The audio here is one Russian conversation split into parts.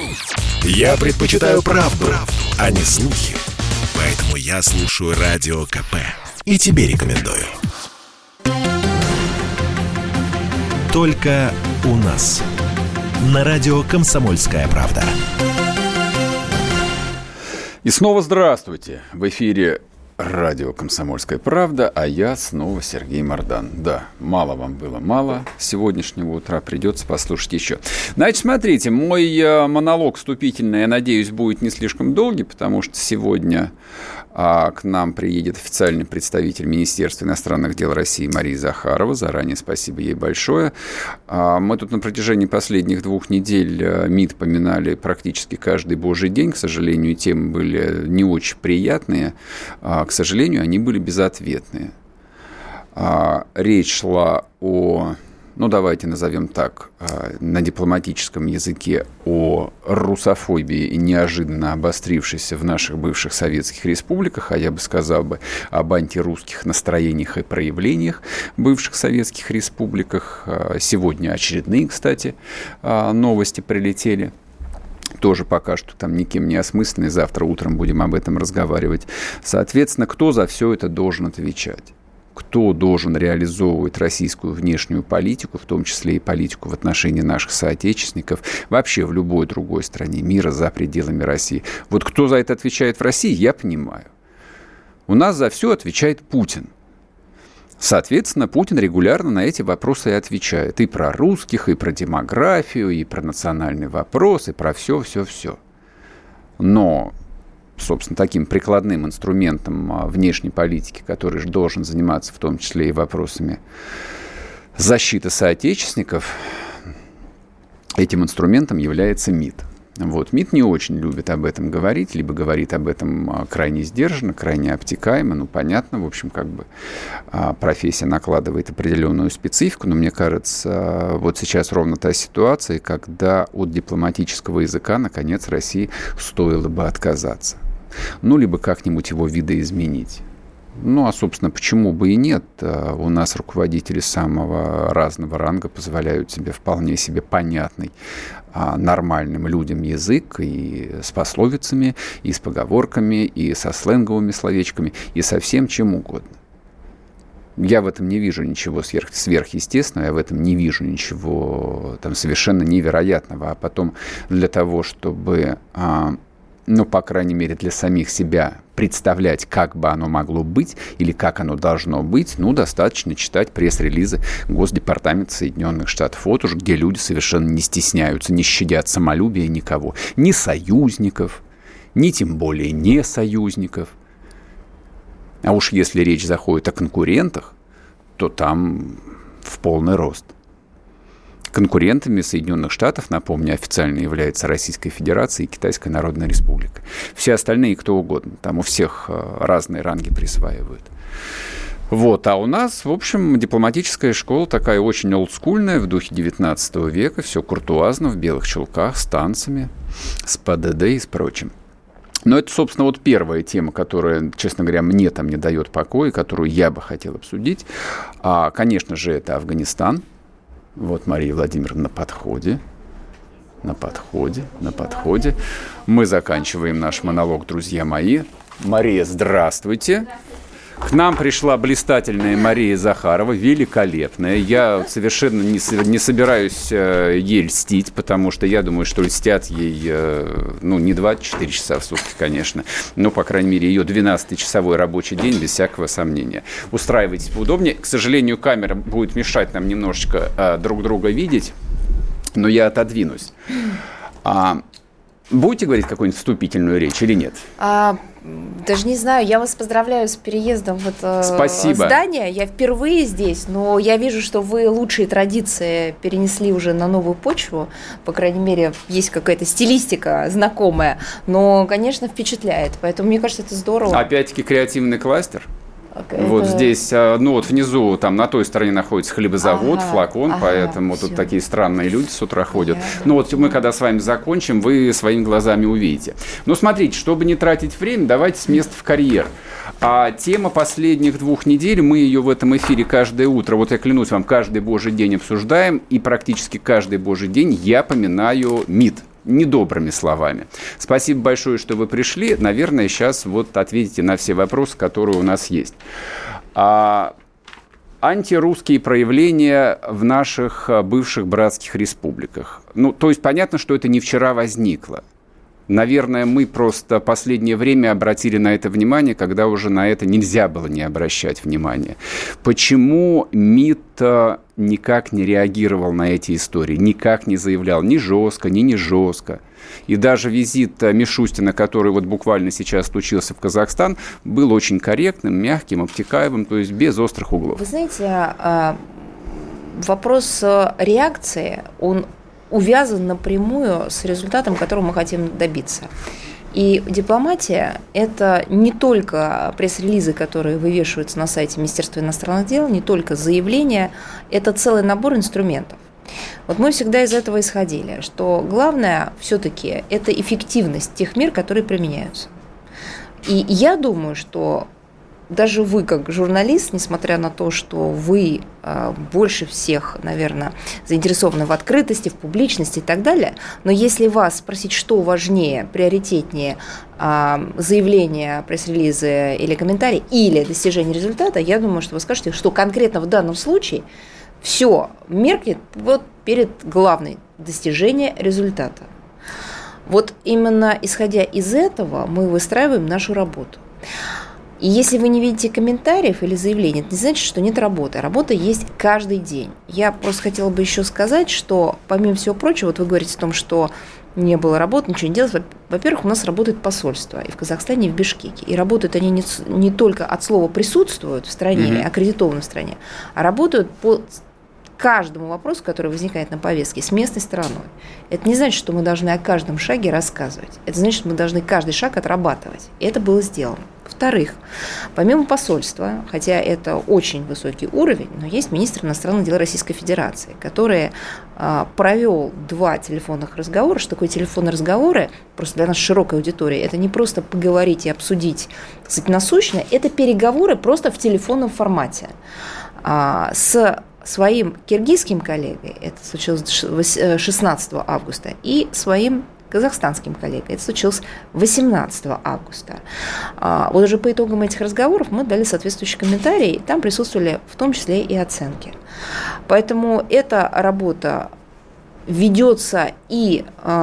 Я предпочитаю правду, а не слухи. Поэтому я слушаю Радио КП. И тебе рекомендую. Только у нас. На радио «Комсомольская правда». И снова здравствуйте. В эфире радио «Комсомольская правда», а я снова Сергей Мордан. Да, мало вам было, мало сегодняшнего утра, придется послушать еще. Значит, смотрите, мой монолог вступительный, я надеюсь, будет не слишком долгий, потому что сегодня к нам приедет официальный представитель Министерства иностранных дел России Мария Захарова. Заранее спасибо ей большое. Мы тут на протяжении последних 2 недель МИД поминали практически каждый божий день. К сожалению, темы были не очень приятные. К сожалению, они были безответные. Речь шла о, давайте назовем так, на дипломатическом языке, о русофобии, неожиданно обострившейся в наших бывших советских республиках, а я бы сказал об антирусских настроениях и проявлениях в бывших советских республиках. Сегодня очередные, кстати, новости прилетели. Тоже пока что там никем не осмысленные. Завтра утром будем об этом разговаривать. Соответственно, кто за все это должен отвечать? Кто должен реализовывать российскую внешнюю политику, в том числе и политику в отношении наших соотечественников, вообще в любой другой стране мира за пределами России? Вот кто за это отвечает в России, я понимаю. У нас за все отвечает Путин. Соответственно, Путин регулярно на эти вопросы и отвечает. И про русских, и про демографию, и про национальный вопрос, и про все. Но, собственно, таким прикладным инструментом внешней политики, который же должен заниматься в том числе и вопросами защиты соотечественников, этим инструментом является МИД. Вот. МИД не очень любит об этом говорить, либо говорит об этом крайне сдержанно, крайне обтекаемо. Понятно, в общем, профессия накладывает определенную специфику, но мне кажется, вот сейчас ровно та ситуация, когда от дипломатического языка, наконец, России стоило бы отказаться. Либо как-нибудь его видоизменить. А, собственно, почему бы и нет? У нас руководители самого разного ранга позволяют себе вполне себе понятный нормальным людям язык и с пословицами, и с поговорками, и со сленговыми словечками, и со всем чем угодно. Я в этом не вижу ничего сверхъестественного, я в этом не вижу ничего совершенно невероятного. А потом для того, чтобы... по крайней мере, для самих себя представлять, как бы оно могло быть или как оно должно быть, достаточно читать пресс-релизы Госдепартамента Соединенных Штатов. Вот уж где люди совершенно не стесняются, не щадят самолюбия никого. Ни союзников, ни тем более не союзников. А уж если речь заходит о конкурентах, то там в полный рост. Конкурентами Соединенных Штатов, напомню, официально являются Российская Федерация и Китайская Народная Республика. Все остальные кто угодно. Там у всех разные ранги присваивают. А у нас, в общем, дипломатическая школа такая очень олдскульная, в духе 19 века. Все куртуазно, в белых чулках, с танцами, с ПДД и с прочим. Но это, собственно, первая тема, которая, честно говоря, мне не дает покоя, которую я бы хотел обсудить. Конечно же, это Афганистан. Мария Владимировна на подходе. Мы заканчиваем наш монолог, друзья мои. Мария, здравствуйте. К нам пришла блистательная Мария Захарова, великолепная. Я совершенно не собираюсь ей льстить, потому что я думаю, что льстят ей, не 24 часа в сутки, конечно, но, по крайней мере, ее 12-часовой рабочий день, без всякого сомнения. Устраивайтесь поудобнее. К сожалению, камера будет мешать нам немножечко друг друга видеть, но я отодвинусь. Будете говорить какую-нибудь вступительную речь или нет? Даже не знаю, я вас поздравляю с переездом в это здание. Я впервые здесь, но я вижу, что вы лучшие традиции перенесли уже на новую почву. По крайней мере, есть какая-то стилистика знакомая. Но, конечно, впечатляет. Поэтому, мне кажется, это здорово. Опять-таки креативный кластер. Вот здесь, внизу, там на той стороне находится хлебозавод, флакон, поэтому тут такие странные люди с утра ходят. Мы когда с вами закончим, вы своими глазами увидите. Смотрите, чтобы не тратить время, давайте с места в карьер. Тема последних 2 недель, мы ее в этом эфире каждое утро, я клянусь вам, каждый божий день обсуждаем, и практически каждый божий день я поминаю МИД. недобрыми словами. Спасибо большое, что вы пришли. Наверное, сейчас вот ответите на все вопросы, которые у нас есть. Антирусские проявления в наших бывших братских республиках. Ну, то есть понятно, что это не вчера возникло. Наверное, мы просто последнее время обратили на это внимание, когда уже на это нельзя было не обращать внимания. Почему МИД никак не реагировал на эти истории, никак не заявлял ни жестко, ни не жестко? И даже визит Мишустина, который вот буквально сейчас случился в Казахстан, был очень корректным, мягким, обтекаемым, то есть без острых углов. Вы знаете, вопрос реакции, он увязан напрямую с результатом, которого мы хотим добиться. И дипломатия – это не только пресс-релизы, которые вывешиваются на сайте Министерства иностранных дел, не только заявления, это целый набор инструментов. Вот мы всегда из этого исходили, что главное все-таки это эффективность тех мер, которые применяются. И я думаю, что даже вы, как журналист, несмотря на то, что вы больше всех, наверное, заинтересованы в открытости, в публичности и так далее, но если вас спросить, что важнее, приоритетнее, заявление, пресс-релизы или комментарии, или достижение результата, я думаю, что вы скажете, что конкретно в данном случае все меркнет вот перед главной достижением результата. Вот именно исходя из этого мы выстраиваем нашу работу. И если вы не видите комментариев или заявлений, это не значит, что нет работы. Работа есть каждый день. Я просто хотела бы еще сказать, что, помимо всего прочего, вот вы говорите о том, что не было работы, ничего не делать. Во-первых, у нас работает посольство и в Казахстане, и в Бишкеке. И работают они не только от слова «присутствуют» в стране, аккредитованы в стране, а работают по каждому вопросу, который возникает на повестке, с местной стороной. Это не значит, что мы должны о каждом шаге рассказывать. Это значит, что мы должны каждый шаг отрабатывать. И это было сделано. Во-вторых, помимо посольства, хотя это очень высокий уровень, но есть министр иностранных дел Российской Федерации, который провел 2 телефонных разговора. Что такое телефонные разговоры? Просто для нашей широкой аудитории. Это не просто поговорить и обсудить, так сказать, насущное. Это переговоры просто в телефонном формате с своим киргизским коллегой, это случилось 16 августа, и своим казахстанским коллегой, это случилось 18 августа. Вот уже по итогам этих разговоров мы дали соответствующие комментарии, и там присутствовали в том числе и оценки. Поэтому эта работа ведется и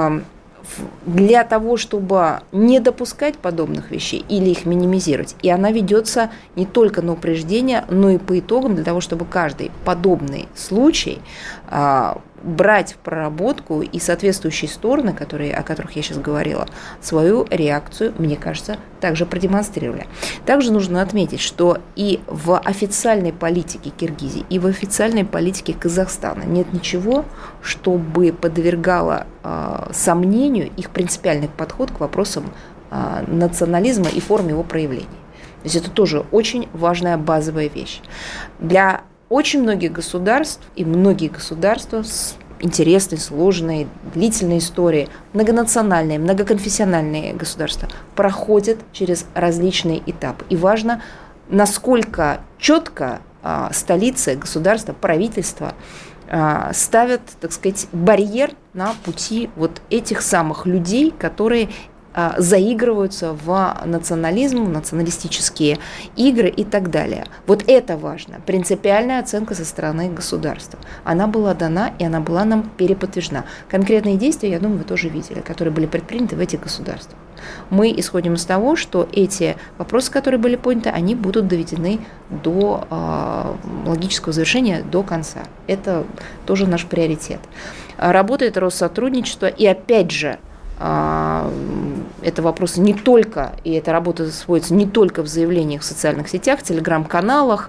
для того, чтобы не допускать подобных вещей или их минимизировать. И она ведется не только на упреждение, но и по итогам для того, чтобы каждый подобный случай брать в проработку и соответствующие стороны, о которых я сейчас говорила, свою реакцию, мне кажется, также продемонстрировали. Также нужно отметить, что и в официальной политике Киргизии, и в официальной политике Казахстана нет ничего, чтобы подвергало сомнению их принципиальный подход к вопросам национализма и форм его проявления. То есть это тоже очень важная базовая вещь. Для очень многих государств, и многие государства с интересной, сложной, длительной историей, многонациональные, многоконфессиональные государства проходят через различные этапы. И важно, насколько четко столицы, государства, правительства ставят, так сказать, барьер на пути вот этих самых людей, которые заигрываются в национализм, в националистические игры и так далее. Вот это важно. Принципиальная оценка со стороны государства. Она была дана, и она была нам переподтверждена. Конкретные действия, я думаю, вы тоже видели, которые были предприняты в этих государствах. Мы исходим из того, что эти вопросы, которые были подняты, они будут доведены до логического завершения, до конца. Это тоже наш приоритет. Работает Россотрудничество, и опять же, это вопросы не только, и эта работа сводится не только в заявлениях в социальных сетях, в телеграм-каналах,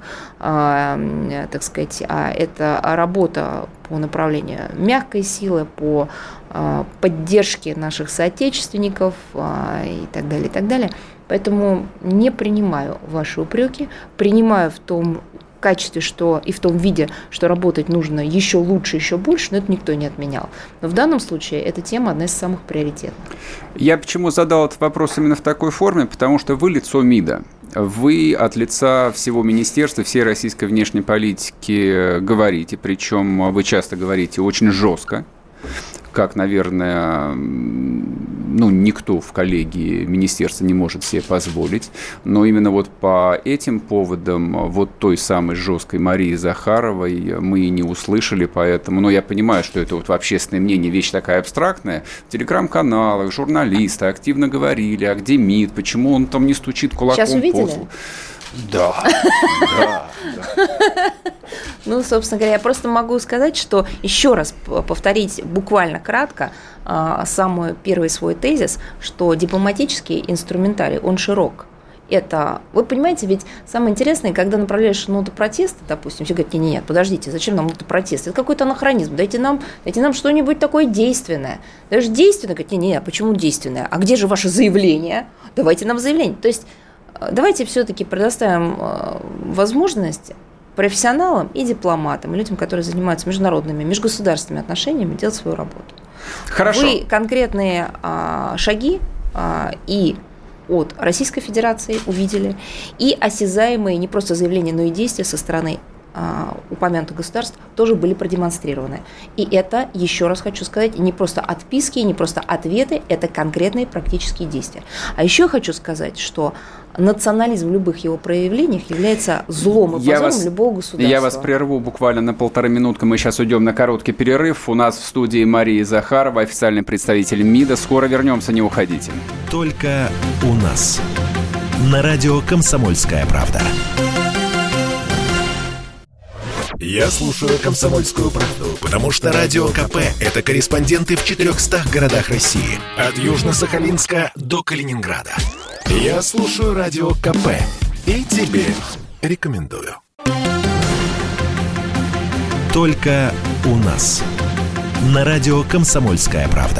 так сказать, а это работа по направлению мягкой силы, по поддержке наших соотечественников и так далее, и так далее. Поэтому не принимаю ваши упреки, принимаю в том качестве, что и в том виде, что работать нужно еще лучше, еще больше, но это никто не отменял. Но в данном случае эта тема одна из самых приоритетных. Я почему задал этот вопрос именно в такой форме? Потому что вы лицо МИДа. Вы от лица всего министерства, всей российской внешней политики говорите, причем вы часто говорите очень жестко, как, наверное, никто в коллегии министерства не может себе позволить. Но именно вот по этим поводам вот той самой жесткой Марии Захаровой мы и не услышали, поэтому, я понимаю, что это вот в общественное мнение вещь такая абстрактная. В телеграм-каналах журналисты активно говорили, а где МИД, почему он там не стучит кулаком по столу. Да. Собственно говоря, я просто могу сказать, что еще раз повторить буквально кратко самый первый свой тезис, что дипломатический инструментарий, он широк. Это, вы понимаете, ведь самое интересное, когда направляешь ноту протеста, допустим, все говорят, нет, подождите, зачем нам нота протеста? Это какой-то анахронизм, дайте нам что-нибудь такое действенное. Даже действенное, говорят, нет, почему действенное? А где же ваше заявление? Давайте нам заявление. То есть давайте все-таки предоставим возможность профессионалам и дипломатам, и людям, которые занимаются международными, межгосударственными отношениями, делать свою работу. Хорошо. Вы конкретные шаги и от Российской Федерации увидели, и осязаемые не просто заявления, но и действия со стороны упомянутых государств тоже были продемонстрированы. И это, еще раз хочу сказать, не просто отписки, не просто ответы, это конкретные практические действия. А еще хочу сказать, что национализм в любых его проявлениях является злом и позором любого государства. Я вас прерву буквально на 1,5 минутки. Мы сейчас уйдем на короткий перерыв. У нас в студии Мария Захарова, официальный представитель МИДа. Скоро вернемся, не уходите. Только у нас. На радио «Комсомольская правда». Я слушаю «Комсомольскую правду», потому что Радио КП – это корреспонденты в 400 городах России. От Южно-Сахалинска до Калининграда. Я слушаю Радио КП и тебе рекомендую. Только у нас. На радио «Комсомольская правда».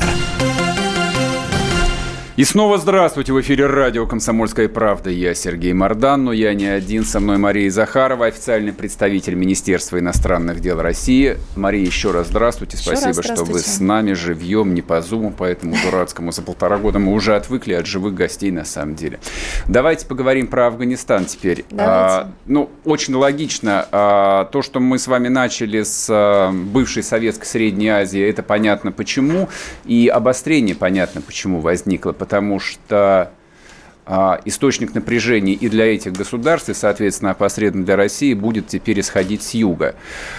И снова здравствуйте. В эфире радио «Комсомольская правда». Я Сергей Мардан, но я не один. Со мной Мария Захарова, официальный представитель Министерства иностранных дел России. Мария, еще раз здравствуйте. Спасибо, что вы с нами живьем, не по зуму, по этому дурацкому. За 1,5 года мы уже отвыкли от живых гостей на самом деле. Давайте поговорим про Афганистан теперь. Очень логично. То, что мы с вами начали с бывшей Советской Средней Азии, это понятно почему. И обострение понятно почему возникло. Потому что источник напряжения и для этих государств, и, соответственно, опосредованно для России, будет теперь исходить с юга.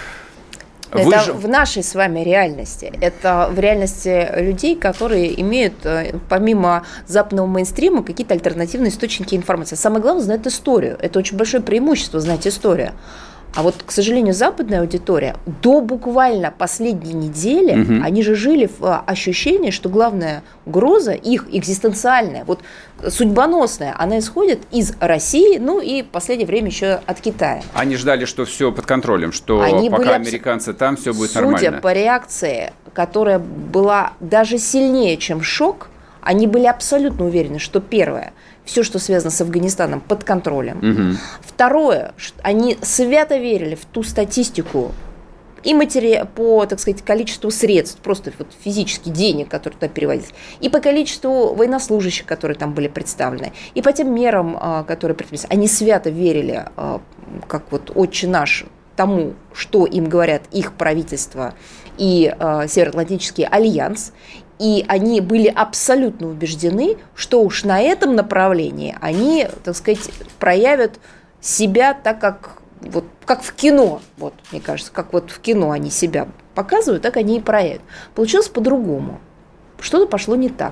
Это в нашей с вами реальности. Это в реальности людей, которые имеют, помимо западного мейнстрима, какие-то альтернативные источники информации. Самое главное, знать историю. Это очень большое преимущество, знать историю. А вот, к сожалению, западная аудитория до буквально последней недели, они же жили в ощущении, что главная угроза, их экзистенциальная, вот судьбоносная, она исходит из России, и в последнее время еще от Китая. Они ждали, что все под контролем, что пока американцы там, все будет нормально. Судя по реакции, которая была даже сильнее, чем шок, они были абсолютно уверены, что первое, все, что связано с Афганистаном, под контролем. Второе, они свято верили в ту статистику и по, так сказать, количеству средств, просто вот физически денег, которые туда переводились, и по количеству военнослужащих, которые там были представлены, и по тем мерам, которые предпринимались. Они свято верили, как вот «Отче наш», тому, что им говорят их правительство и Североатлантический альянс. И они были абсолютно убеждены, что уж на этом направлении они, так сказать, проявят себя так, как в кино. Вот, мне кажется, как вот в кино они себя показывают, так они и проявят. Получилось по-другому. Что-то пошло не так.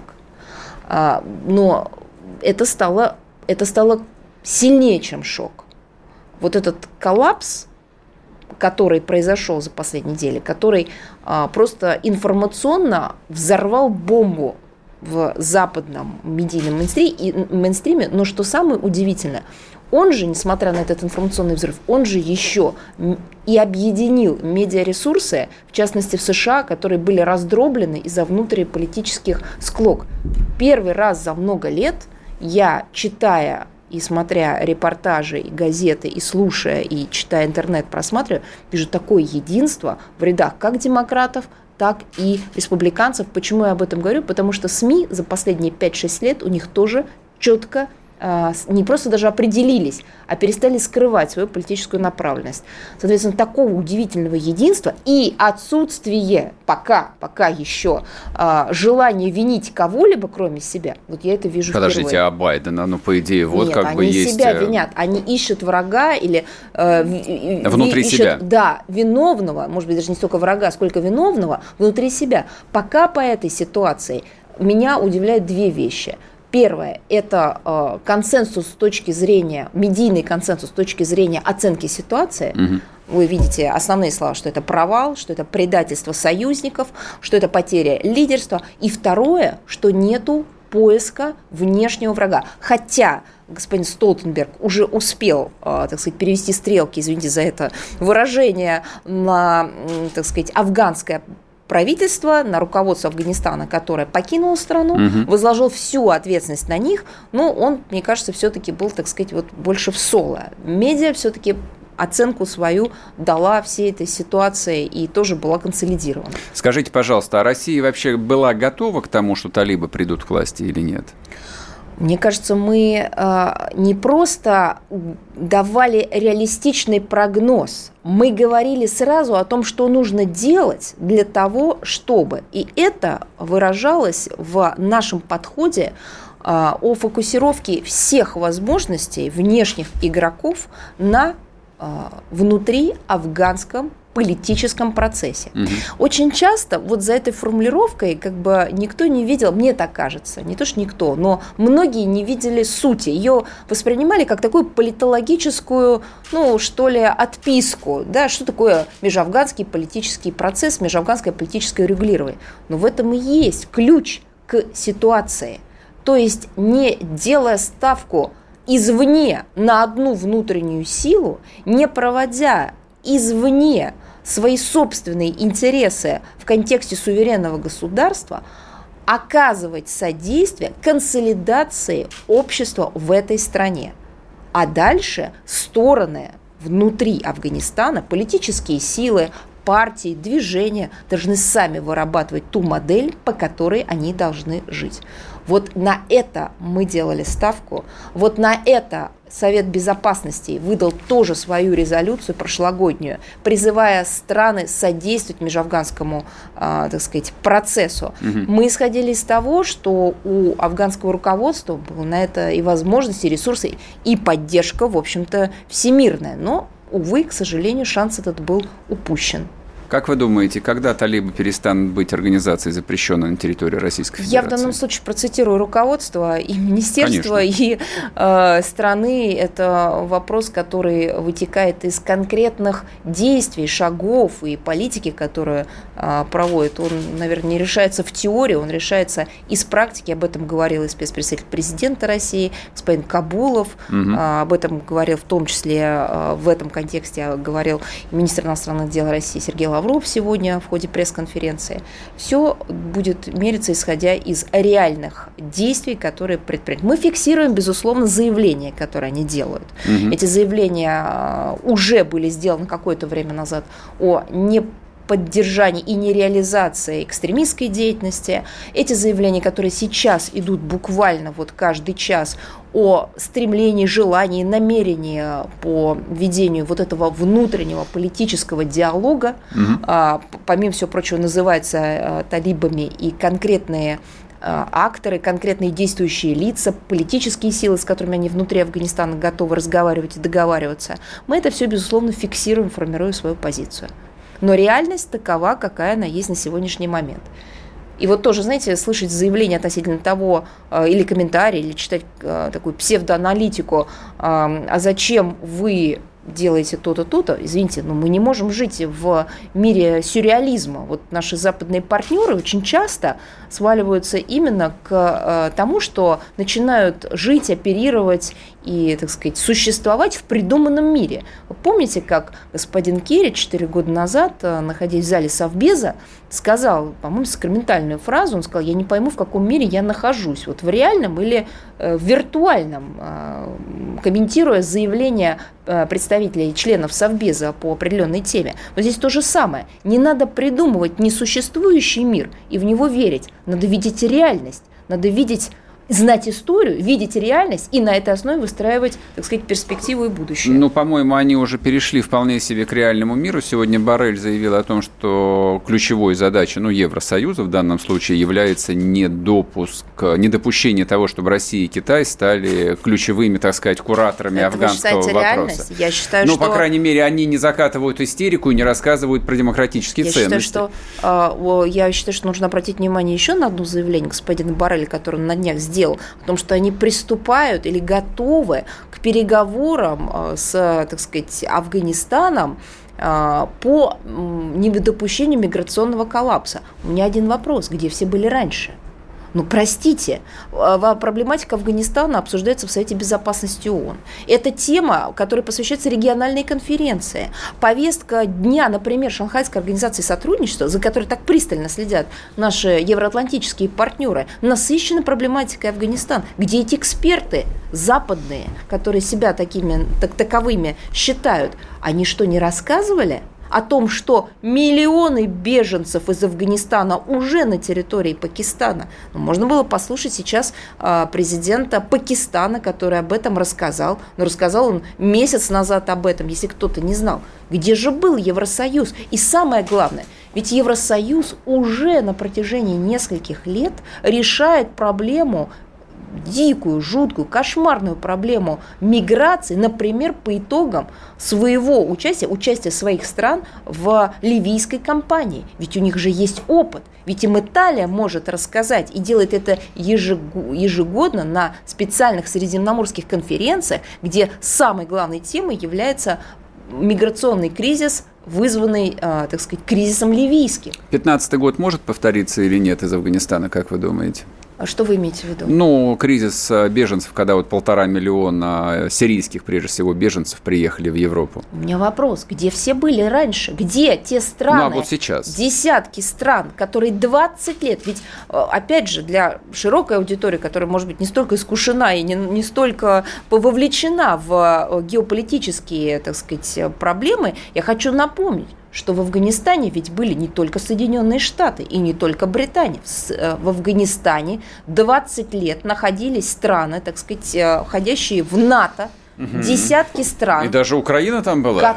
Но это стало сильнее, чем шок. Вот этот коллапс, который произошел за последние недели, который просто информационно взорвал бомбу в западном медийном мейнстриме, но что самое удивительное, он же, несмотря на этот информационный взрыв, он же еще и объединил медиаресурсы, в частности в США, которые были раздроблены из-за внутриполитических склок. Первый раз за много лет я, читая и смотря репортажи, и газеты, и слушая, и читая интернет, просматривая, вижу такое единство в рядах как демократов, так и республиканцев. Почему я об этом говорю? Потому что СМИ за последние 5-6 лет у них тоже четко не просто даже определились, а перестали скрывать свою политическую направленность. Соответственно, такого удивительного единства и отсутствие пока еще желания винить кого-либо, кроме себя, вот я это вижу впервые. Подождите, а Байдена, по идее, вот. Нет, как бы есть... Они себя винят, они ищут врага или... внутри себя. Да, виновного, может быть, даже не столько врага, сколько виновного внутри себя. Пока по этой ситуации меня удивляют две вещи. Первое – это консенсус с точки зрения, медийный консенсус с точки зрения оценки ситуации. Вы видите основные слова, что это провал, что это предательство союзников, что это потеря лидерства. И второе, что нету поиска внешнего врага. Хотя господин Столтенберг уже успел, так сказать, перевести стрелки, извините за это выражение, на, так сказать, афганское правительство, на руководство Афганистана, которое покинуло страну, возложил всю ответственность на них, но он, мне кажется, все-таки был, так сказать, вот больше в соло. Медиа все-таки оценку свою дала всей этой ситуации и тоже была консолидирована. Скажите, пожалуйста, а Россия вообще была готова к тому, что талибы придут к власти или нет? Мне кажется, мы не просто давали реалистичный прогноз, мы говорили сразу о том, что нужно делать для того, чтобы. И это выражалось в нашем подходе о фокусировке всех возможностей внешних игроков на внутри афганском политическом процессе. Очень часто вот за этой формулировкой как бы никто не видел, мне так кажется, не то что никто, но многие не видели сути. Ее воспринимали как такую политологическую, что ли, отписку. Да, что такое межафганский политический процесс, межафганское политическое регулирование. Но в этом и есть ключ к ситуации. То есть не делая ставку извне на одну внутреннюю силу, не проводя извне свои собственные интересы в контексте суверенного государства, оказывать содействие консолидации общества в этой стране. А дальше стороны внутри Афганистана, политические силы, партии, движения должны сами вырабатывать ту модель, по которой они должны жить. Вот на это мы делали ставку, вот на это Совет Безопасности выдал тоже свою резолюцию прошлогоднюю, призывая страны содействовать межафганскому, так сказать, процессу. Мы исходили из того, что у афганского руководства было на это и возможности, и ресурсы, и поддержка, в общем-то, всемирная. Но, увы, к сожалению, шанс этот был упущен. Как вы думаете, когда талибы перестанут быть организацией, запрещенной на территории Российской Федерации? Я в данном случае процитирую руководство и министерство, и страны. Это вопрос, который вытекает из конкретных действий, шагов и политики, которую проводит. Он, наверное, не решается в теории, он решается из практики. Об этом говорил и спецпредставитель президента России, господин Кабулов. Об этом говорил в том числе в этом контексте говорил министр иностранных дел России Сергей Лавров сегодня в ходе пресс-конференции. Все будет мериться, исходя из реальных действий, которые предприняты. Мы фиксируем, безусловно, заявления, которые они делают. Эти заявления уже были сделаны какое-то время назад о неподдержании и нереализации экстремистской деятельности. Эти заявления, которые сейчас идут буквально вот каждый час о стремлении, желании, намерении по ведению вот этого внутреннего политического диалога, помимо всего прочего, называется талибами и конкретные акторы, конкретные действующие лица, политические силы, с которыми они внутри Афганистана готовы разговаривать и договариваться. Мы это все, безусловно, фиксируем, формируя свою позицию. Но реальность такова, какая она есть на сегодняшний момент. И вот тоже, знаете, слышать заявление относительно того, или комментарий, или читать такую псевдоаналитику, а зачем вы делаете то-то, то-то, извините, но мы не можем жить в мире сюрреализма. Вот наши западные партнеры очень часто сваливаются именно к тому, что начинают жить, оперировать и, так сказать, существовать в придуманном мире. Вы помните, как господин Керри 4 года назад, находясь в зале Совбеза, сказал, по-моему, сакраментальную фразу, он сказал: я не пойму, в каком мире я нахожусь, вот в реальном или в виртуальном, комментируя заявления представителей, членов Совбеза по определенной теме. Но здесь то же самое. Не надо придумывать несуществующий мир и в него верить. Надо видеть реальность, надо видеть знать историю, видеть реальность и на этой основе выстраивать, так сказать, перспективу и будущее. Ну, по-моему, они уже перешли вполне себе к реальному миру. Сегодня Боррель заявил о том, что ключевой задачей, Евросоюза в данном случае является недопущение того, чтобы Россия и Китай стали ключевыми, так сказать, кураторами афганского вопроса. Реальность? Я считаю, что... по крайней мере, они не закатывают истерику и не рассказывают про демократические ценности. Я считаю, что нужно обратить внимание еще на одно заявление господина Борреля, которое он на днях сделал, о том, что они приступают или готовы к переговорам с, так сказать, Афганистаном по недопущению миграционного коллапса. У меня один вопрос: где все были раньше? Простите, проблематика Афганистана обсуждается в Совете Безопасности ООН. Это тема, которой посвящается региональной конференции. Повестка дня, например, Шанхайской организации сотрудничества, за которой так пристально следят наши евроатлантические партнеры, насыщена проблематикой Афганистана. Где эти эксперты западные, которые себя таковыми считают, они что, не рассказывали о том, что миллионы беженцев из Афганистана уже на территории Пакистана? Можно было послушать сейчас президента Пакистана, который об этом рассказал. Но рассказал он месяц назад об этом, если кто-то не знал. Где же был Евросоюз? И самое главное, ведь Евросоюз уже на протяжении нескольких лет решает проблему, дикую, жуткую, кошмарную проблему миграции, например, по итогам своего участия своих стран в ливийской кампании. Ведь у них же есть опыт. Ведь им Италия может рассказать и делает это ежегодно на специальных средиземноморских конференциях, где самой главной темой является миграционный кризис, вызванный, так сказать, кризисом ливийским. 2015 год может повториться или нет из Афганистана, как вы думаете? А что вы имеете в виду? Кризис беженцев, когда 1,5 миллиона сирийских, прежде всего, беженцев приехали в Европу. У меня вопрос: где все были раньше? Где те страны, вот сейчас, десятки стран, которые 20 лет, ведь, опять же, для широкой аудитории, которая, может быть, не столько искушена и не столько вовлечена в геополитические, так сказать, проблемы, я хочу напомнить, что в Афганистане ведь были не только Соединенные Штаты и не только Британия. В Афганистане 20 лет находились страны, так сказать, входящие в НАТО, десятки стран. И даже Украина там была?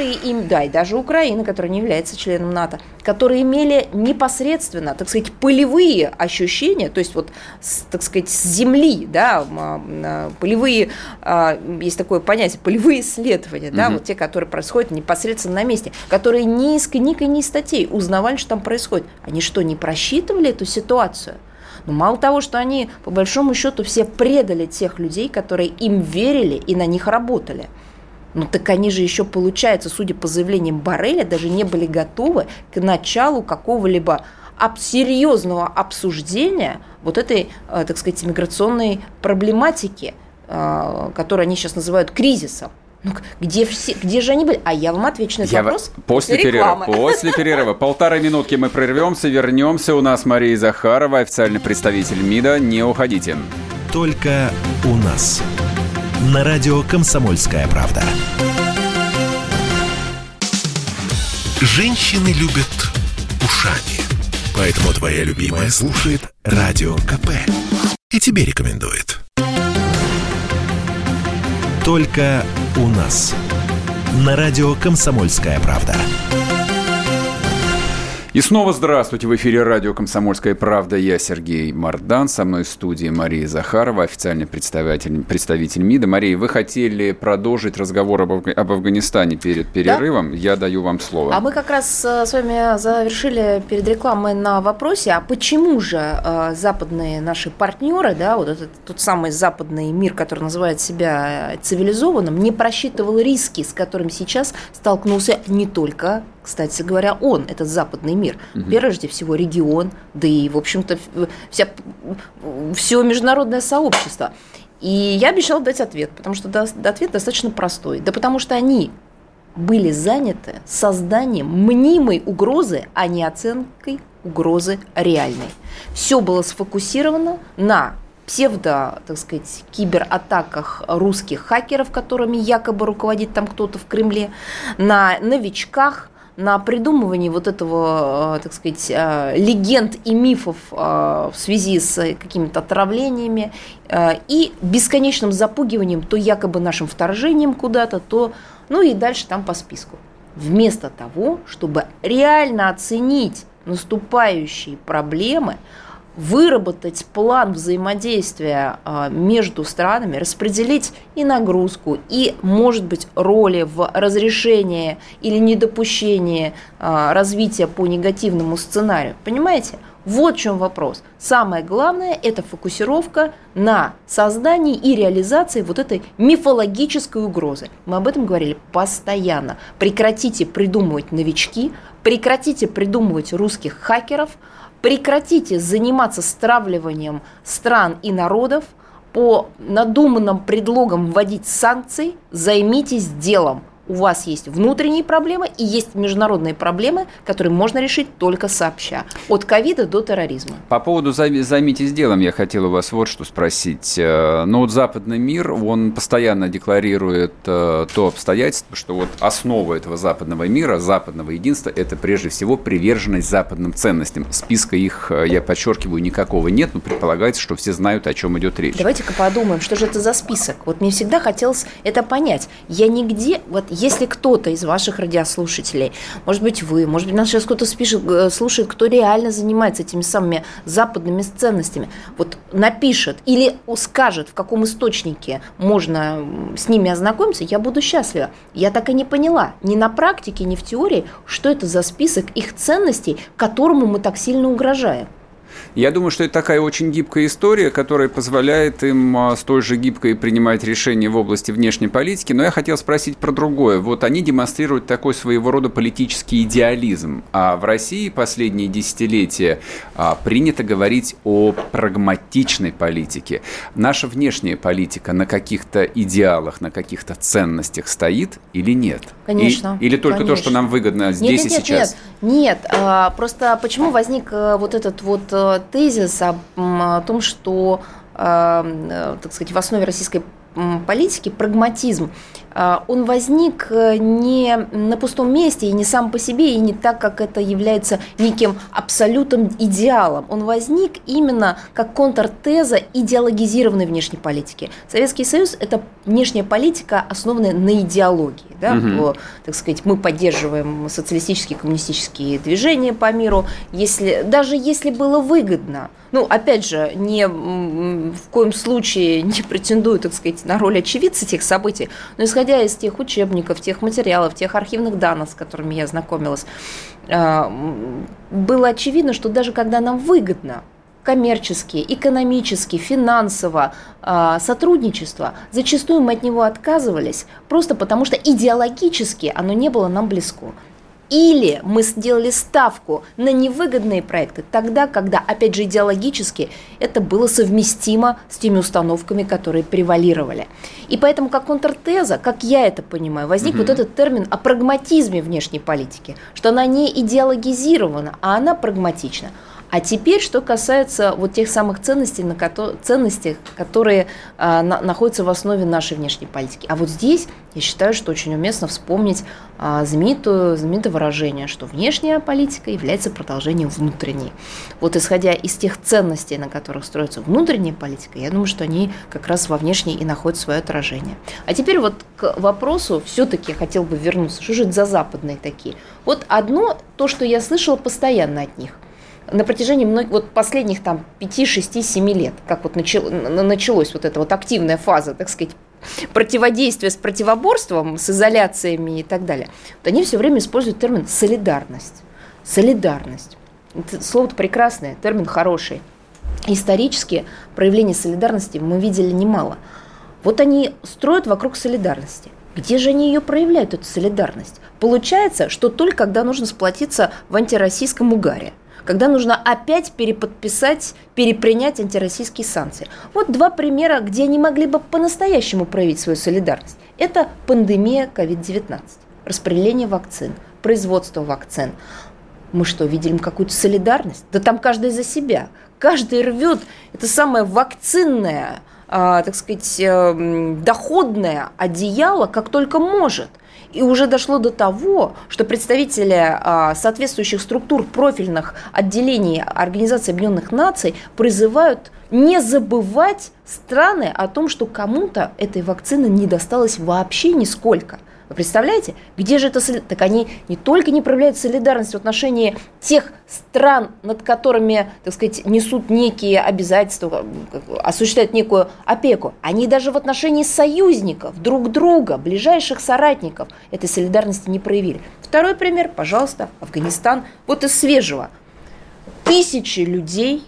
И даже Украина, которая не является членом НАТО, которые имели непосредственно, так сказать, полевые ощущения, то есть так сказать, с земли, полевые, есть такое понятие, полевые исследования, те, которые происходят непосредственно на месте, которые ни из книг и ни из статей узнавали, что там происходит. Они что, не просчитывали эту ситуацию? Мало того, что они, по большому счету, все предали тех людей, которые им верили и на них работали. Так они же еще, получается, судя по заявлениям Борреля, даже не были готовы к началу какого-либо серьезного обсуждения этой, так сказать, миграционной проблематики, которую они сейчас называют кризисом. Где же они были? А я вам отвечу на этот вопрос после перерыва. После перерыва. 1,5 минутки мы прервемся, вернемся. У нас Мария Захарова, официальный представитель МИДа. Не уходите. Только у нас. На радио «Комсомольская правда». Женщины любят ушами. Поэтому твоя любимая слушает Радио КП. И тебе рекомендует. Только у нас. На радио «Комсомольская правда». И снова здравствуйте. В эфире радио «Комсомольская правда». Я Сергей Мардан. Со мной в студии Мария Захарова, официальный представитель МИДа. Мария, вы хотели продолжить разговор об Афганистане перед перерывом. Да? Я даю вам слово. А мы как раз с вами завершили перед рекламой на вопросе, а почему же западные наши партнеры, этот тот самый западный мир, который называет себя цивилизованным, не просчитывал риски, с которыми сейчас столкнулся не только, кстати говоря, этот западный мир. Прежде всего регион, да и, в общем-то, все международное сообщество. И я обещала дать ответ, потому что ответ достаточно простой. Да потому что они были заняты созданием мнимой угрозы, а не оценкой угрозы реальной. Все было сфокусировано на так сказать, кибератаках русских хакеров, которыми якобы руководит там кто-то в Кремле, на новичках, на придумывании вот этого, так сказать, легенд и мифов в связи с какими-то отравлениями и бесконечным запугиванием то якобы нашим вторжением куда-то, то, ну и дальше там по списку. Вместо того, чтобы реально оценить наступающие проблемы, выработать план взаимодействия между странами, распределить и нагрузку, и, может быть, роли в разрешении или недопущении развития по негативному сценарию. Понимаете? Вот в чем вопрос. Самое главное – это фокусировка на создании и реализации вот этой мифологической угрозы. Мы об этом говорили постоянно. Прекратите придумывать новички, прекратите придумывать русских хакеров, прекратите заниматься стравливанием стран и народов, по надуманным предлогам вводить санкции, займитесь делом. У вас есть внутренние проблемы и есть международные проблемы, которые можно решить только сообща. От ковида до терроризма. По поводу «займитесь делом» я хотел у вас вот что спросить. Ну вот западный мир, он постоянно декларирует то обстоятельство, что вот основа этого западного мира, западного единства – это прежде всего приверженность западным ценностям. Списка их, я подчеркиваю, никакого нет, но предполагается, что все знают, о чем идет речь. Давайте-ка подумаем, что же это за список. Вот мне всегда хотелось это понять. Я нигде... Вот если кто-то из ваших радиослушателей, может быть, вы, может быть, нас сейчас кто-то слушает, кто реально занимается этими самыми западными ценностями, вот напишет или скажет, в каком источнике можно с ними ознакомиться, я буду счастлива. Я так и не поняла, ни на практике, ни в теории, что это за список их ценностей, которому мы так сильно угрожаем. Я думаю, что это такая очень гибкая история, которая позволяет им столь же гибко и принимать решения в области внешней политики. Но я хотел спросить про другое. Вот они демонстрируют такой своего рода политический идеализм. А в России последние десятилетия принято говорить о прагматичной политике. Наша внешняя политика на каких-то идеалах, на каких-то ценностях стоит или нет? Конечно. Или только то, что нам выгодно здесь и сейчас? Нет. Просто почему возник вот этот вот тезис о том, что, так сказать, в основе российской политики прагматизм, он возник не на пустом месте и не сам по себе, и не так, как это является неким абсолютным идеалом. Он возник именно как контртеза идеологизированной внешней политики. Советский Союз – это внешняя политика, основанная на идеологии. Да? Так сказать, мы поддерживаем социалистические, коммунистические движения по миру, даже если было выгодно. Ну, опять же, в коем случае не претендую, так сказать, на роль очевидца тех событий, но исходя из тех учебников, тех материалов, тех архивных данных, с которыми я знакомилась, было очевидно, что даже когда нам выгодно коммерчески, экономически, финансово сотрудничество, зачастую мы от него отказывались, просто потому что идеологически оно не было нам близко. Или мы сделали ставку на невыгодные проекты тогда, когда, опять же, идеологически это было совместимо с теми установками, которые превалировали. И поэтому, как контртеза, как я это понимаю, возник вот этот термин о прагматизме внешней политики, что она не идеологизирована, а она прагматична. А теперь, что касается вот тех самых ценностей, которые находятся в основе нашей внешней политики. А вот здесь я считаю, что очень уместно вспомнить знаменитое выражение, что внешняя политика является продолжением внутренней. Вот исходя из тех ценностей, на которых строится внутренняя политика, я думаю, что они как раз во внешней и находят свое отражение. А теперь вот к вопросу все-таки хотел бы вернуться. Что же это за западные такие? Вот одно, то, что я слышала постоянно от них. На протяжении последних 5, 6, 7 лет, как вот началась вот эта вот активная фаза, так сказать, противодействия с противоборством, с изоляциями и так далее, вот они все время используют термин «солидарность». Солидарность. Это слово-то прекрасное, термин хороший. Исторически проявлений солидарности мы видели немало. Вот они строят вокруг солидарности. Где же они ее проявляют, эту солидарность? Получается, что только когда нужно сплотиться в антироссийском угаре, когда нужно опять перепринять антироссийские санкции. Вот два примера, где они могли бы по-настоящему проявить свою солидарность. Это пандемия COVID-19, распределение вакцин, производство вакцин. Мы что, видели какую-то солидарность? Да там каждый за себя. Каждый рвет это самое вакцинное, так сказать, доходное одеяло, как только может. И уже дошло до того, что представители соответствующих структур профильных отделений Организации Объединенных Наций призывают не забывать страны о том, что кому-то этой вакцины не досталось вообще нисколько. Вы представляете, где же это солидарность? Так они не только не проявляют солидарность в отношении тех стран, над которыми, так сказать, несут некие обязательства, осуществляют некую опеку. Они даже в отношении союзников, друг друга, ближайших соратников этой солидарности не проявили. Второй пример, пожалуйста, Афганистан. Вот из свежего. Тысячи людей,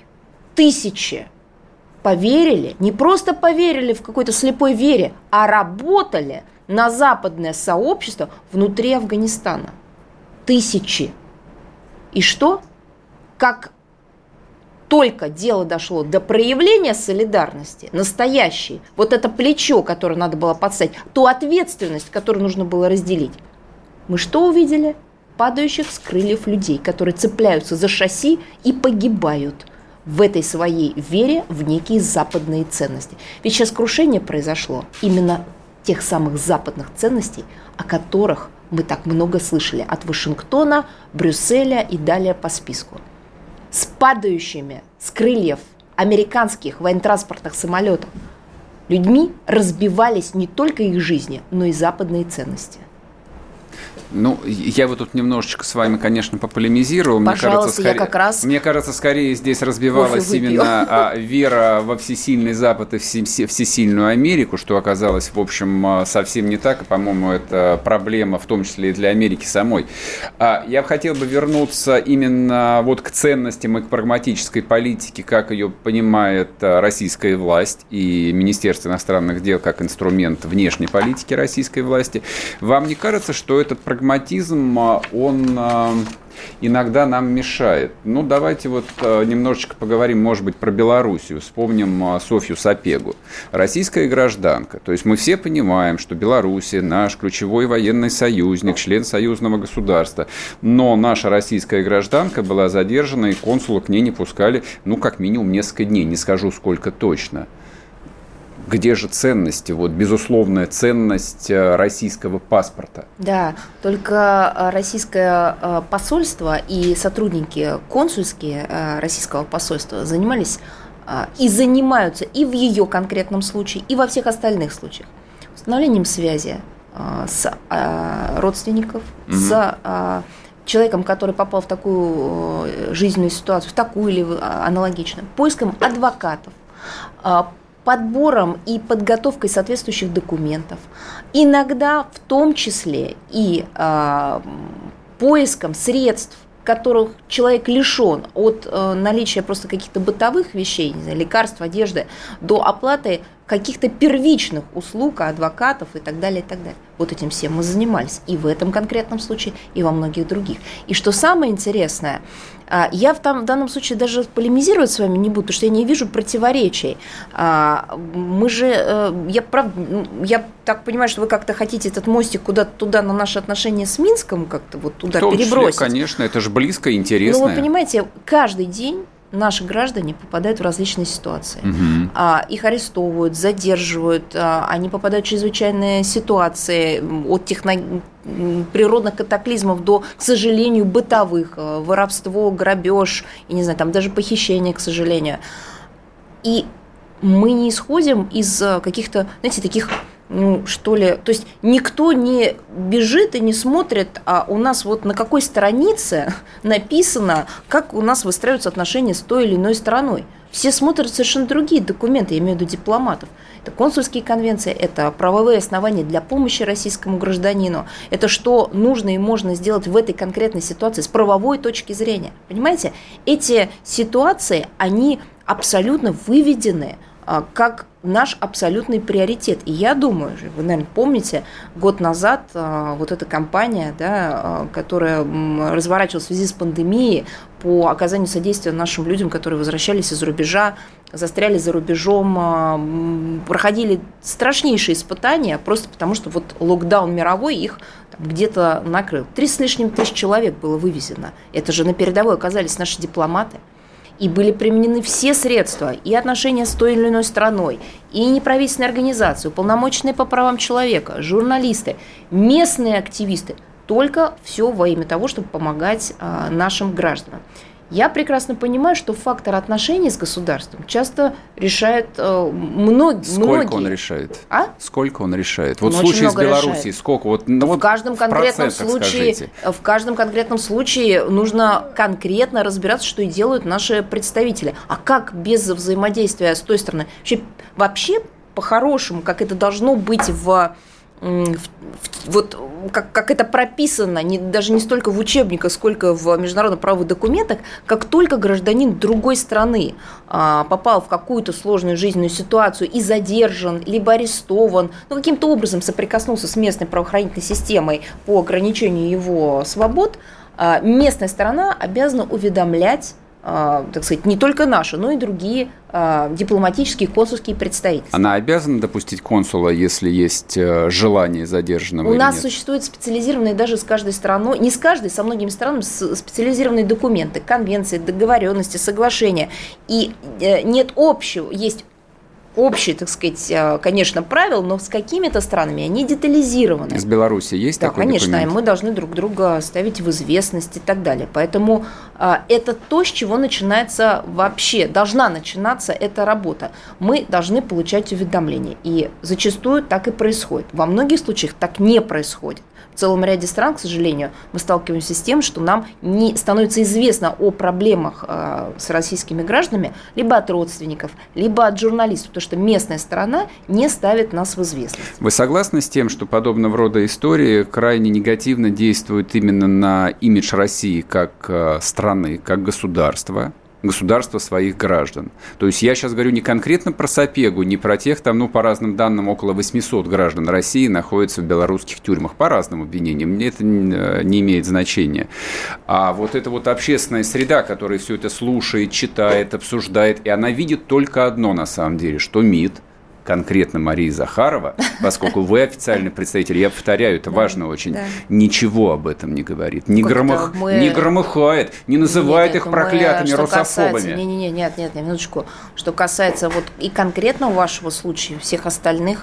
поверили, не просто поверили в какой-то слепой вере, а работали на западное сообщество внутри Афганистана. Тысячи. И что? Как только дело дошло до проявления солидарности, настоящей, вот это плечо, которое надо было подставить, ту ответственность, которую нужно было разделить, мы что увидели? Падающих с крыльев людей, которые цепляются за шасси и погибают в этой своей вере в некие западные ценности. Ведь сейчас крушение произошло именно тех самых западных ценностей, о которых мы так много слышали от Вашингтона, Брюсселя и далее по списку. С падающими с крыльев американских военно-транспортных самолетов людьми разбивались не только их жизни, но и западные ценности. Ну, я вот тут немножечко с вами, конечно, пополемизирую. Пожалуйста, мне кажется, скорее здесь разбивалась именно вера во всесильный Запад и всесильную Америку, что оказалось, в общем, совсем не так. И, по-моему, это проблема, в том числе и для Америки самой. Я хотел бы вернуться именно вот к ценностям и к прагматической политике, как ее понимает российская власть и Министерство иностранных дел как инструмент внешней политики российской власти. Вам не кажется, что этот прагматизм, он иногда нам мешает? Ну, давайте вот немножечко поговорим, может быть, про Белоруссию. Вспомним Софью Сапегу. Российская гражданка. То есть мы все понимаем, что Белоруссия наш ключевой военный союзник, член союзного государства. Но наша российская гражданка была задержана, и консула к ней не пускали, ну, как минимум несколько дней. Не скажу, сколько точно. Где же ценности, вот безусловная ценность российского паспорта? Да, только российское посольство и сотрудники консульские российского посольства занимались и занимаются и в ее конкретном случае, и во всех остальных случаях установлением связи с родственников, с человеком, который попал в такую жизненную ситуацию, в такую или аналогичную, поиском адвокатов, подбором и подготовкой соответствующих документов, иногда в том числе и поиском средств, которых человек лишен от наличия просто каких-то бытовых вещей, не знаю, лекарств, одежды, до оплаты каких-то первичных услуг, адвокатов и так далее, и так далее. Вот этим всем мы занимались и в этом конкретном случае, и во многих других. И что самое интересное, я в данном случае даже полемизировать с вами не буду, потому что я не вижу противоречий. Мы же, я так понимаю, что вы как-то хотите этот мостик куда-то туда на наши отношения с Минском как-то вот туда перебросить. В том числе, конечно, это же близко и интересно. Ну, вы понимаете, каждый день наши граждане попадают в различные ситуации. Их арестовывают, задерживают, они попадают в чрезвычайные ситуации от природных катаклизмов до, к сожалению, бытовых, воровство, грабеж, и не знаю, там даже похищение, к сожалению. И мы не исходим из каких-то, знаете, таких, что ли, то есть никто не бежит и не смотрит, а у нас вот на какой странице написано, как у нас выстраиваются отношения с той или иной стороной. Все смотрят совершенно другие документы, я имею в виду дипломатов. Это консульские конвенции, это правовые основания для помощи российскому гражданину. Это что нужно и можно сделать в этой конкретной ситуации с правовой точки зрения. Понимаете, эти ситуации, они абсолютно выведены как наш абсолютный приоритет. И я думаю, вы, наверное, помните, год назад вот эта кампания, да, которая разворачивалась в связи с пандемией по оказанию содействия нашим людям, которые возвращались из-за рубежа, застряли за рубежом, проходили страшнейшие испытания, просто потому что вот локдаун мировой их где-то накрыл. 3 с лишним тысяч человек было вывезено. Это же на передовой оказались наши дипломаты. и были применены все средства, и отношения с той или иной страной, и неправительственные организации, уполномоченные по правам человека, журналисты, местные активисты, только все во имя того, чтобы помогать нашим гражданам. Я прекрасно понимаю, что фактор отношений с государством часто решает многие. Сколько он решает? Сколько он решает? Вот в случае с Белоруссией, сколько? В каждом конкретном случае нужно конкретно разбираться, что и делают наши представители. А как без взаимодействия с той стороны? Вообще по-хорошему, как это должно быть как это прописано, даже не столько в учебниках, сколько в международно-правовых документах, как только гражданин другой страны попал в какую-то сложную жизненную ситуацию и задержан, либо арестован, каким-то образом соприкоснулся с местной правоохранительной системой по ограничению его свобод, местная сторона обязана уведомлять, так сказать, не только наши, но и другие дипломатические, консульские представительства. Она обязана допустить консула, если есть желание задержанного? У нас существуют специализированные даже с каждой страной, не с каждой, со многими странами специализированные документы, конвенции, договоренности, соглашения. И нет общего, есть общие, так сказать, конечно, правила, но с какими-то странами они детализированы. С Белоруссией есть такой документ? Да, конечно, и мы должны друг друга ставить в известность и так далее. Поэтому это то, с чего начинается вообще, должна начинаться эта работа. Мы должны получать уведомления, и зачастую так и происходит. Во многих случаях так не происходит. В целом ряде стран, к сожалению, мы сталкиваемся с тем, что нам не становится известно о проблемах с российскими гражданами либо от родственников, либо от журналистов, потому что местная сторона не ставит нас в известность. Вы согласны с тем, что подобного рода истории крайне негативно действуют именно на имидж России как страны, как государства своих граждан? То есть я сейчас говорю не конкретно про Сапегу, не про тех, по разным данным, около 800 граждан России находятся в белорусских тюрьмах по разным обвинениям, мне это не имеет значения. А вот эта вот общественная среда, которая все это слушает, читает, обсуждает, и она видит только одно на самом деле, что МИД, конкретно Мария Захарова, поскольку вы официальный представитель, я повторяю, это важно очень, ничего об этом не говорит, не громыхает, не называет их проклятыми русофобами. Нет, минуточку. Что касается вот и конкретно вашего случая, всех остальных,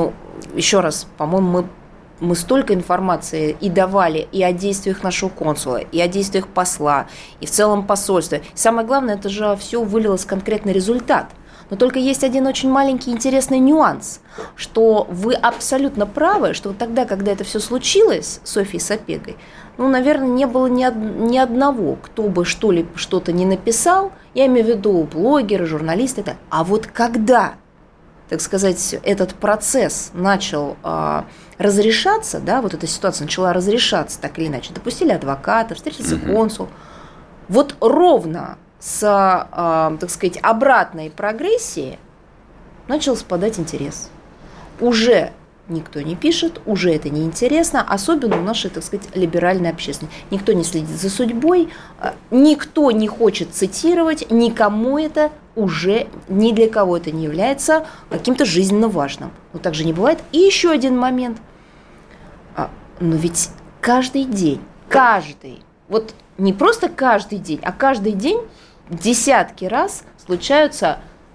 еще раз, по-моему, мы столько информации и давали и о действиях нашего консула, и о действиях посла, и в целом посольства. И самое главное, это же все вылилось в конкретный результат. Но только есть один очень маленький интересный нюанс, что вы абсолютно правы, что тогда, когда это все случилось с Софьей Сапегой, наверное, не было ни одного, кто бы что-то не написал, я имею в виду блогеры, журналисты, а вот когда, так сказать, этот процесс начал разрешаться, вот эта ситуация начала разрешаться так или иначе, допустили адвоката, встретился консул, вот ровно с, так сказать, обратной прогрессией начал спадать интерес. Уже никто не пишет, уже это неинтересно, особенно у нашей, так сказать, либеральной общественности. Никто не следит за судьбой, никто не хочет цитировать, никому это уже, ни для кого это не является каким-то жизненно важным. Но так же не бывает. И еще один момент. Но ведь каждый день, вот не просто каждый день, а каждый день десятки раз случается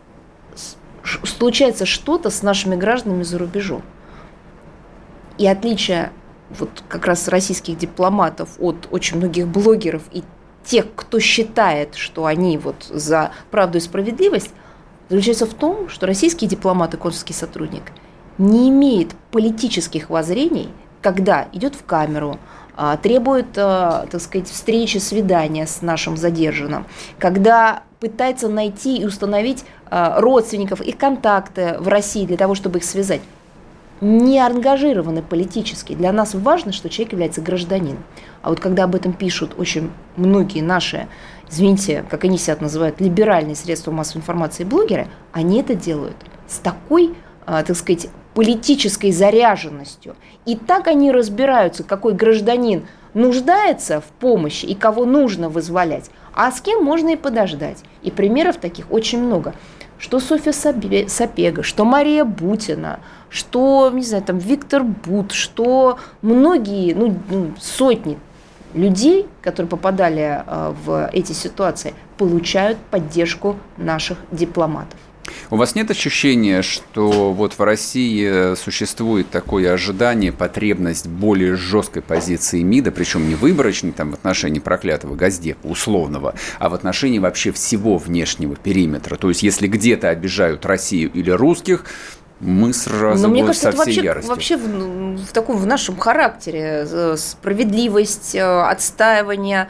что-то с нашими гражданами за рубежом. И отличие вот как раз российских дипломатов от очень многих блогеров и тех, кто считает, что они вот за правду и справедливость, заключается в том, что российский дипломат и консульский сотрудник не имеет политических воззрений, когда идет в камеру, требует, так сказать, встречи, свидания с нашим задержанным, когда пытается найти и установить родственников, их контакты в России для того, чтобы их связать, не ангажированы политически. Для нас важно, что человек является гражданином. А вот когда об этом пишут очень многие наши, извините, как они себя называют, либеральные средства массовой информации блогеры, они это делают с такой, так сказать, политической заряженностью. И так они разбираются, какой гражданин нуждается в помощи и кого нужно вызволять, а с кем можно и подождать. И примеров таких очень много. Что Софья Сапега, что Мария Бутина, что, не знаю, там Виктор Бут, что многие, сотни людей, которые попадали в эти ситуации, получают поддержку наших дипломатов. У вас нет ощущения, что вот в России существует такое ожидание, потребность более жесткой позиции МИДа, причем не выборочной там, в отношении проклятого Госдепа, условного, а в отношении вообще всего внешнего периметра? То есть, если где-то обижают Россию или русских, мы сразу мне кажется, со всей яростью. Вообще в нашем характере справедливость, отстаивать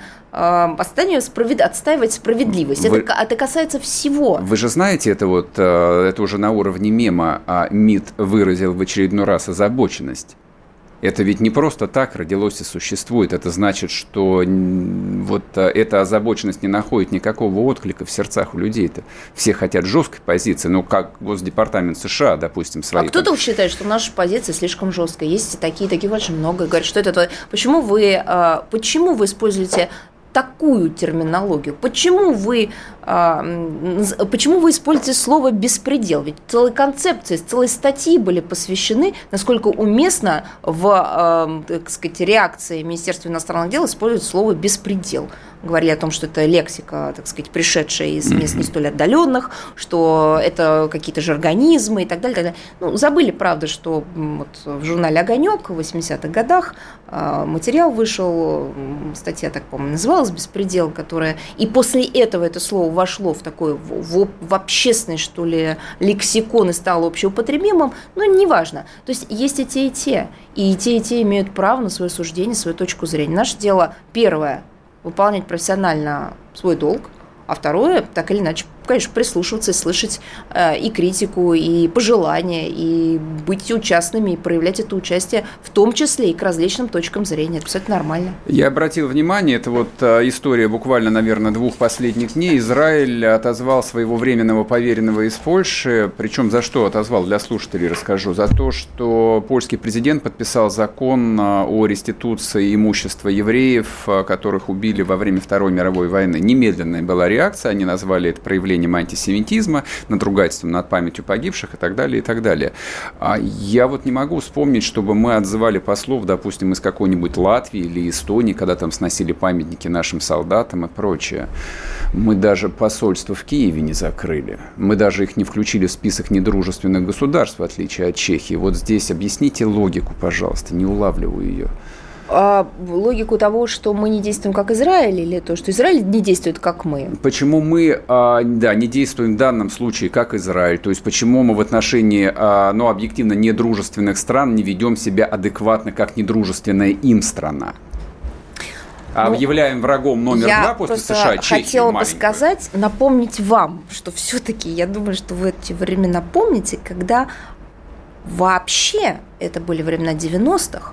справедливость. Это касается всего. Вы же знаете, это уже на уровне мема, а МИД выразил в очередной раз озабоченность. Это ведь не просто так родилось и существует. Это значит, что вот эта озабоченность не находит никакого отклика в сердцах у людей-то. Все хотят жесткой позиции, как Госдепартамент США, допустим, свои. А кто-то считает, что наша позиция слишком жесткая. Есть таких очень много. И говорят, что это... Почему вы используете такую терминологию? Почему вы используете слово «беспредел»? Ведь целые концепции, целые статьи были посвящены, насколько уместно в реакции Министерства иностранных дел использовать слово «беспредел». Говорили о том, что это лексика, пришедшая из мест не столь отдаленных, что это какие-то жаргонизмы и так далее. Забыли, правда, что в журнале «Огонек» в 80-х годах материал вышел, статья, так помню, называлась «Беспредел», которая... И после этого это слово вошло в такой, в общественный, что ли, лексикон и стало общеупотребимым, неважно. То есть есть и те, и те. И те имеют право на свое суждение, свою точку зрения. Наше дело, первое, выполнять профессионально свой долг, а второе, так или иначе, конечно, прислушиваться и слышать и критику, и пожелания, и быть участными, и проявлять это участие, в том числе и к различным точкам зрения. Это абсолютно нормально. Я обратил внимание, это история буквально, наверное, 2 последних дней. Израиль отозвал своего временного поверенного из Польши, причем за что отозвал, для слушателей расскажу, за то, что польский президент подписал закон о реституции имущества евреев, которых убили во время Второй мировой войны. Немедленная была реакция, они назвали это проявлением антисемитизма, надругательством над памятью погибших и так далее, и так далее. Я не могу вспомнить, чтобы мы отзывали послов, допустим, из какой-нибудь Латвии или Эстонии, когда там сносили памятники нашим солдатам и прочее. Мы даже посольство в Киеве не закрыли. Мы даже их не включили в список недружественных государств, в отличие от Чехии. Вот здесь объясните логику, пожалуйста, не улавливаю ее. Логику того, что мы не действуем как Израиль, или то, что Израиль не действует как мы? Почему мы не действуем в данном случае как Израиль? То есть почему мы в отношении объективно недружественных стран не ведем себя адекватно, как недружественная им страна? Объявляем врагом номер 2 после США Чехию. Я хотела бы напомнить вам, что все-таки, я думаю, что вы эти времена помните, когда вообще, это были времена 90-х,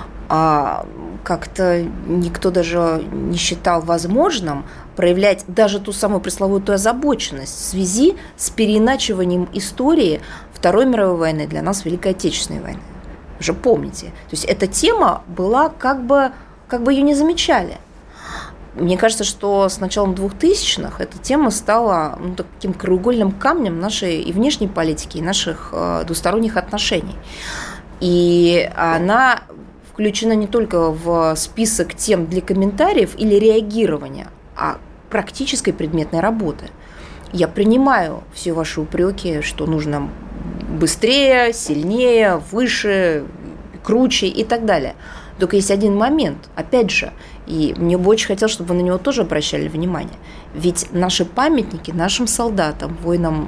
как-то никто даже не считал возможным проявлять даже ту самую пресловутую озабоченность в связи с переиначиванием истории Второй мировой войны, для нас Великой Отечественной войны. Вы же помните. То есть эта тема была как бы ее не замечали. Мне кажется, что с началом 2000-х эта тема стала таким краеугольным камнем нашей и внешней политики, и наших двусторонних отношений. И она включена не только в список тем для комментариев или реагирования, а практической предметной работы. Я принимаю все ваши упреки, что нужно быстрее, сильнее, выше, круче и так далее. Только есть один момент, опять же, и мне бы очень хотелось, чтобы вы на него тоже обращали внимание. Ведь наши памятники нашим солдатам, воинам,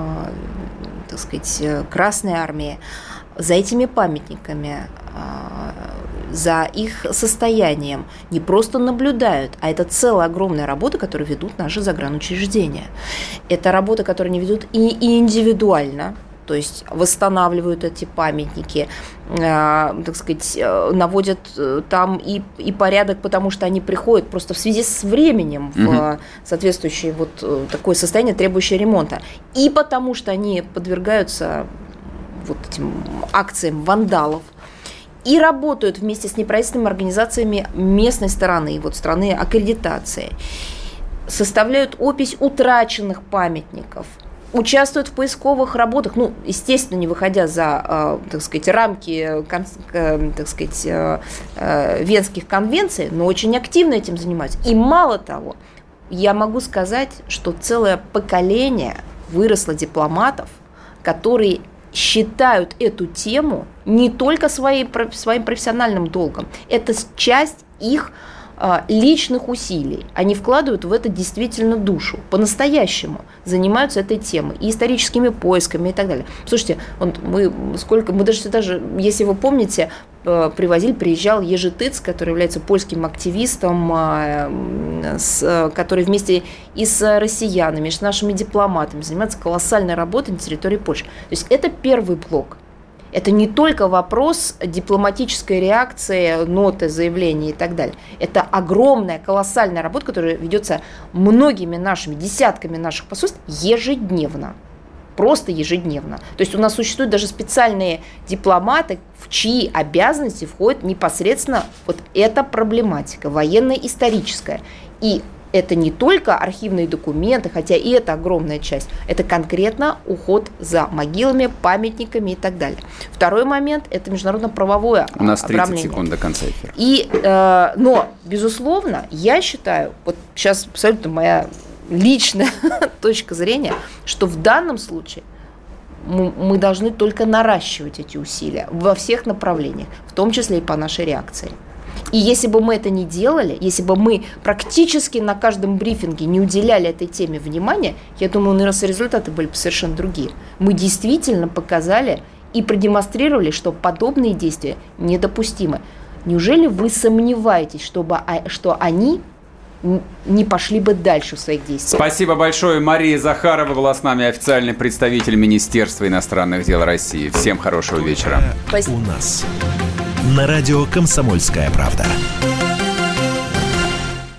Красной Армии, за этими памятниками, за их состоянием не просто наблюдают, а это целая огромная работа, которую ведут наши загранучреждения. Это работа, которую они ведут и индивидуально, то есть восстанавливают эти памятники, наводят там и порядок, потому что они приходят просто в связи с временем в соответствующее такое состояние, требующее ремонта, и потому что они подвергаются этим акциям вандалов, и работают вместе с неправительственными организациями местной стороны, страны аккредитации, составляют опись утраченных памятников, участвуют в поисковых работах, естественно, не выходя за, рамки, Венских конвенций, но очень активно этим занимаются. И мало того, я могу сказать, что целое поколение выросло дипломатов, которые считают эту тему не только своим профессиональным долгом, это часть их личных усилий. Они вкладывают в это действительно душу, по-настоящему занимаются этой темой, и историческими поисками и так далее. Слушайте, мы даже, если вы помните, приезжал Ежи Тыц, который является польским активистом, который вместе и с россиянами, и с нашими дипломатами занимается колоссальной работой на территории Польши. То есть это первый блок. Это не только вопрос дипломатической реакции, ноты, заявления и так далее. Это огромная, колоссальная работа, которая ведется многими нашими, десятками наших посольств ежедневно. Просто ежедневно. То есть у нас существуют даже специальные дипломаты, в чьи обязанности входит непосредственно вот эта проблематика, военно-историческая. И это не только архивные документы, хотя и это огромная часть, это конкретно уход за могилами, памятниками и так далее. Второй момент – это международно-правовое обрамление. У нас 30 секунд до конца эфира. Но, безусловно, я считаю, вот сейчас абсолютно моя личная точка зрения, что в данном случае мы должны только наращивать эти усилия во всех направлениях, в том числе и по нашей реакции. И если бы мы это не делали, если бы мы практически на каждом брифинге не уделяли этой теме внимания, я думаю, наверное, результаты были бы совершенно другие. Мы действительно показали и продемонстрировали, что подобные действия недопустимы. Неужели вы сомневаетесь, что они не пошли бы дальше в своих действиях? Спасибо большое. Мария Захарова была с нами, официальный представитель Министерства иностранных дел России. Всем хорошего вечера. У нас на радио «Комсомольская правда».